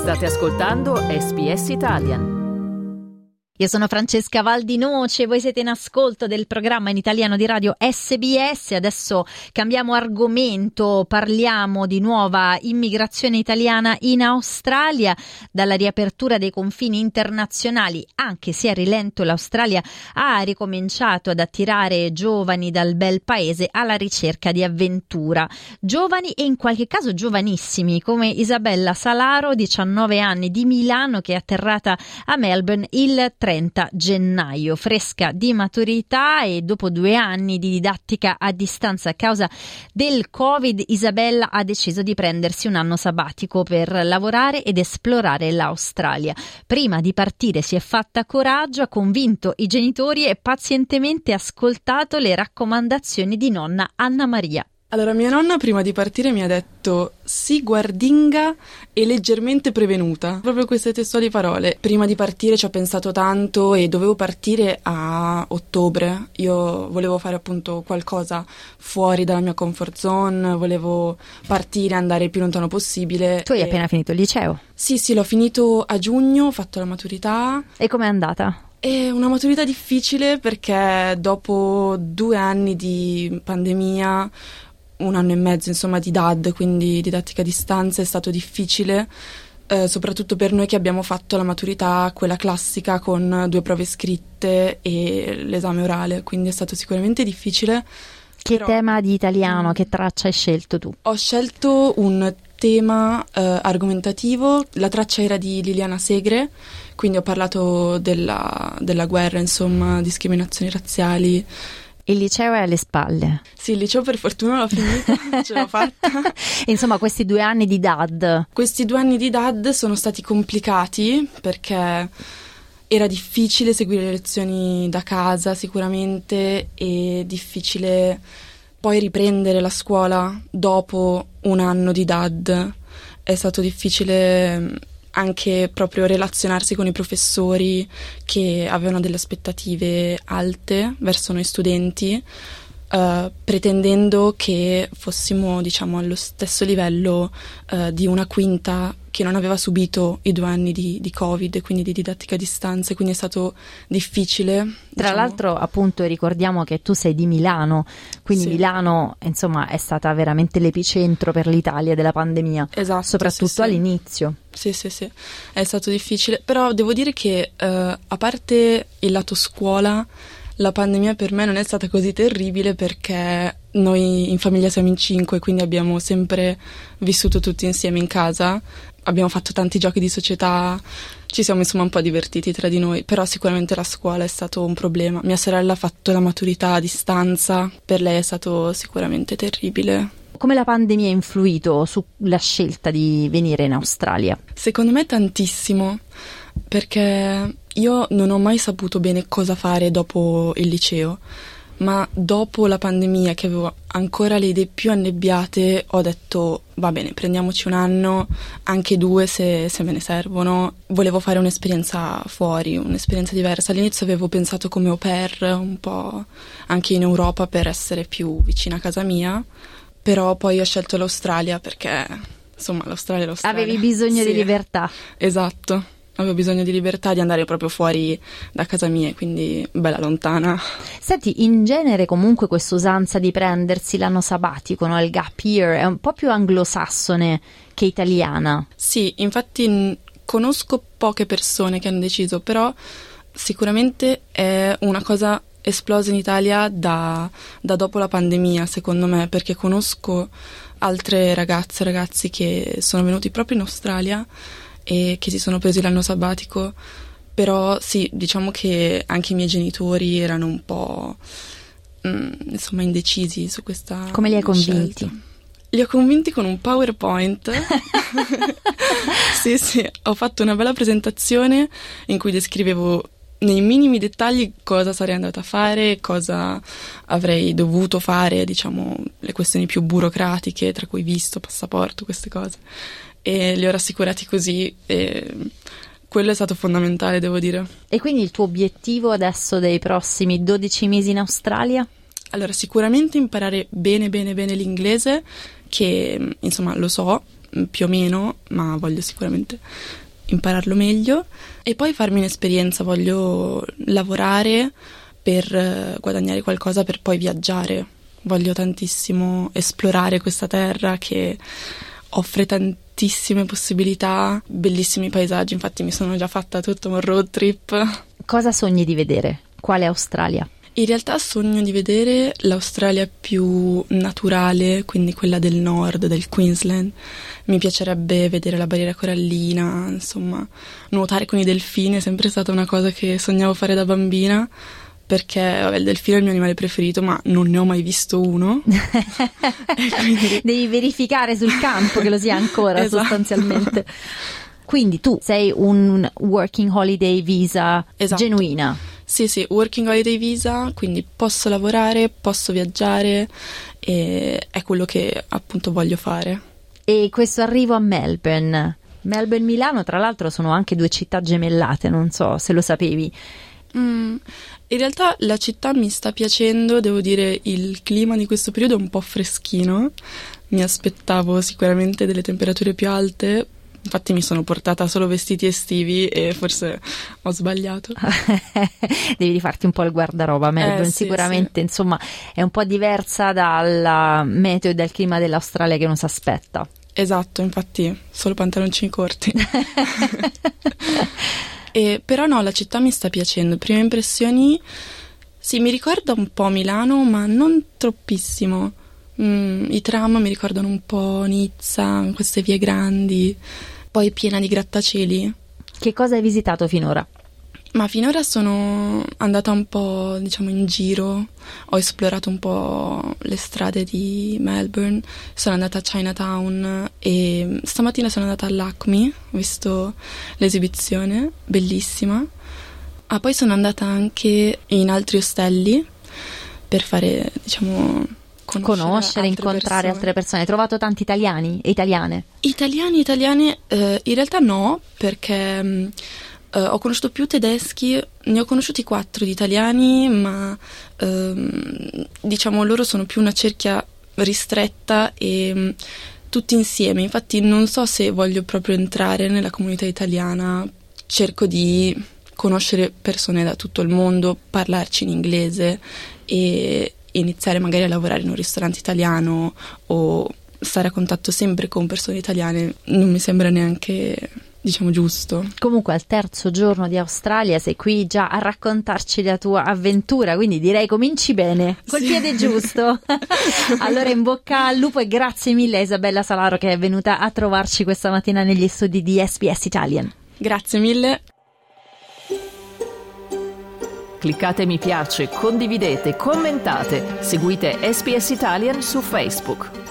State ascoltando SBS Italian. Io sono Francesca Valdinoce, voi siete in ascolto del programma in italiano di radio SBS. Adesso cambiamo argomento, parliamo di nuova immigrazione italiana in Australia. Dalla riapertura dei confini internazionali, anche se a rilento, l'Australia ha ricominciato ad attirare giovani dal bel paese alla ricerca di avventura. Giovani e in qualche caso giovanissimi, come Isabella Salaro, 19 anni, di Milano, che è atterrata a Melbourne il 30 gennaio, fresca di maturità, e dopo 2 anni di didattica a distanza a causa del Covid, Isabella ha deciso di prendersi un anno sabbatico per lavorare ed esplorare l'Australia. Prima di partire si è fatta coraggio, ha convinto i genitori e pazientemente ascoltato le raccomandazioni di nonna Anna Maria. Allora, mia nonna prima di partire mi ha detto sì, guardinga e leggermente prevenuta, proprio queste testuali parole. Prima di partire ci ho pensato tanto e dovevo partire a ottobre. Io volevo fare appunto qualcosa fuori dalla mia comfort zone, volevo partire, andare il più lontano possibile. Tu hai appena finito il liceo? Sì, l'ho finito a giugno, ho fatto la maturità. E com'è andata? È una maturità difficile perché dopo 2 anni di pandemia, 1 anno e mezzo insomma di DAD, quindi didattica a distanza, è stato difficile, soprattutto per noi che abbiamo fatto la maturità, quella classica con 2 prove scritte e l'esame orale, quindi è stato sicuramente difficile. Che tema di italiano, che traccia hai scelto tu? Ho scelto un tema argomentativo, la traccia era di Liliana Segre, quindi ho parlato della guerra, insomma, discriminazioni razziali. Il liceo è alle spalle. Sì, il liceo per fortuna l'ho finito, ce l'ho fatta. Insomma, questi 2 anni di DAD. Questi 2 anni di DAD sono stati complicati perché era difficile seguire le lezioni da casa sicuramente, e difficile poi riprendere la scuola dopo 1 anno di DAD. È stato difficile anche proprio relazionarsi con i professori che avevano delle aspettative alte verso noi studenti, pretendendo che fossimo, diciamo, allo stesso livello di una quinta che non aveva subito i 2 anni di Covid e quindi di didattica a distanza, quindi è stato difficile. Tra l'altro, appunto, ricordiamo che tu sei di Milano, quindi sì. Milano, insomma, è stata veramente l'epicentro per l'Italia della pandemia, esatto, soprattutto all'inizio. Sì, è stato difficile, però devo dire che a parte il lato scuola, la pandemia per me non è stata così terribile perché noi in famiglia siamo in 5, quindi abbiamo sempre vissuto tutti insieme in casa, abbiamo fatto tanti giochi di società, ci siamo insomma un po' divertiti tra di noi, però sicuramente la scuola è stato un problema. Mia sorella ha fatto la maturità a distanza, per lei è stato sicuramente terribile. Come la pandemia ha influito sulla scelta di venire in Australia? Secondo me tantissimo, perché io non ho mai saputo bene cosa fare dopo il liceo, ma dopo la pandemia, che avevo ancora le idee più annebbiate, ho detto va bene, prendiamoci 1 anno, anche 2 se me ne servono. Volevo fare un'esperienza fuori, un'esperienza diversa. All'inizio avevo pensato come au pair, un po' anche in Europa per essere più vicina a casa mia, però poi ho scelto l'Australia perché insomma l'Australia è l'Australia. Avevi bisogno di libertà. Esatto. Avevo bisogno di libertà, di andare proprio fuori da casa mia, quindi bella lontana. Senti, in genere comunque questa usanza di prendersi l'anno sabbatico, no? Il gap year, è un po' più anglosassone che italiana. Sì, infatti conosco poche persone che hanno deciso, però sicuramente è una cosa esplosa in Italia da dopo la pandemia, secondo me, perché conosco altre ragazze e ragazzi che sono venuti proprio in Australia e che si sono presi l'anno sabbatico, però sì, diciamo che anche i miei genitori erano un po' insomma indecisi su questa Come li hai convinti? Scelta. Li ho convinti con un PowerPoint. Sì, ho fatto una bella presentazione in cui descrivevo nei minimi dettagli cosa sarei andata a fare, cosa avrei dovuto fare, diciamo le questioni più burocratiche, tra cui visto, passaporto, queste cose, e li ho rassicurati così, e quello è stato fondamentale, devo dire. E quindi il tuo obiettivo adesso dei prossimi 12 mesi in Australia? Allora, sicuramente imparare bene l'inglese, che insomma lo so, più o meno, ma voglio sicuramente impararlo meglio e poi farmi un'esperienza. Voglio lavorare per guadagnare qualcosa per poi viaggiare. Voglio tantissimo esplorare questa terra che offre tantissime possibilità, bellissimi paesaggi. Infatti mi sono già fatta tutto un road trip. Cosa sogni di vedere? Quale Australia? In realtà sogno di vedere l'Australia più naturale, quindi quella del nord, del Queensland. Mi piacerebbe vedere la barriera corallina, insomma, nuotare con i delfini è sempre stata una cosa che sognavo fare da bambina, perché vabbè, il delfino è il mio animale preferito, ma non ne ho mai visto uno. Quindi... Devi verificare sul campo che lo sia ancora, esatto. Sostanzialmente. Quindi tu sei un working holiday visa, esatto. Genuina. Sì, working holiday visa, quindi posso lavorare, posso viaggiare e è quello che appunto voglio fare. E questo arrivo a Melbourne e Milano, tra l'altro, sono anche 2 città gemellate, non so se lo sapevi. In realtà la città mi sta piacendo, devo dire il clima di questo periodo è un po' freschino, mi aspettavo sicuramente delle temperature più alte. Infatti mi sono portata solo vestiti estivi e forse ho sbagliato. Devi rifarti un po' il guardaroba. Melbourne sicuramente, insomma, è un po' diversa dal meteo e dal clima dell'Australia che uno si aspetta. Esatto, infatti solo pantaloncini corti. Però no, la città mi sta piacendo. Prime impressioni, sì, mi ricorda un po' Milano, ma non troppissimo. I tram mi ricordano un po' Nizza, queste vie grandi, poi piena di grattacieli. Che cosa hai visitato finora? Ma finora sono andata un po', diciamo, in giro, ho esplorato un po' le strade di Melbourne, sono andata a Chinatown e stamattina sono andata all'Acme, ho visto l'esibizione, bellissima. Poi sono andata anche in altri ostelli per fare, diciamo... Conoscere, incontrare altre persone. Hai trovato tanti italiani e italiane? Italiane, in realtà no, perché ho conosciuto più tedeschi, ne ho conosciuti 4 di italiani, ma diciamo loro sono più una cerchia ristretta e tutti insieme. Infatti non so se voglio proprio entrare nella comunità italiana, cerco di conoscere persone da tutto il mondo, parlarci in inglese e iniziare magari a lavorare in un ristorante italiano o stare a contatto sempre con persone italiane non mi sembra neanche, diciamo, giusto. Comunque al 3° giorno di Australia sei qui già a raccontarci la tua avventura, quindi direi cominci bene, col piede giusto. Allora in bocca al lupo e grazie mille a Isabella Salaro che è venuta a trovarci questa mattina negli studi di SBS Italian. Grazie mille. Cliccate mi piace, condividete, commentate, seguite SBS Italian su Facebook.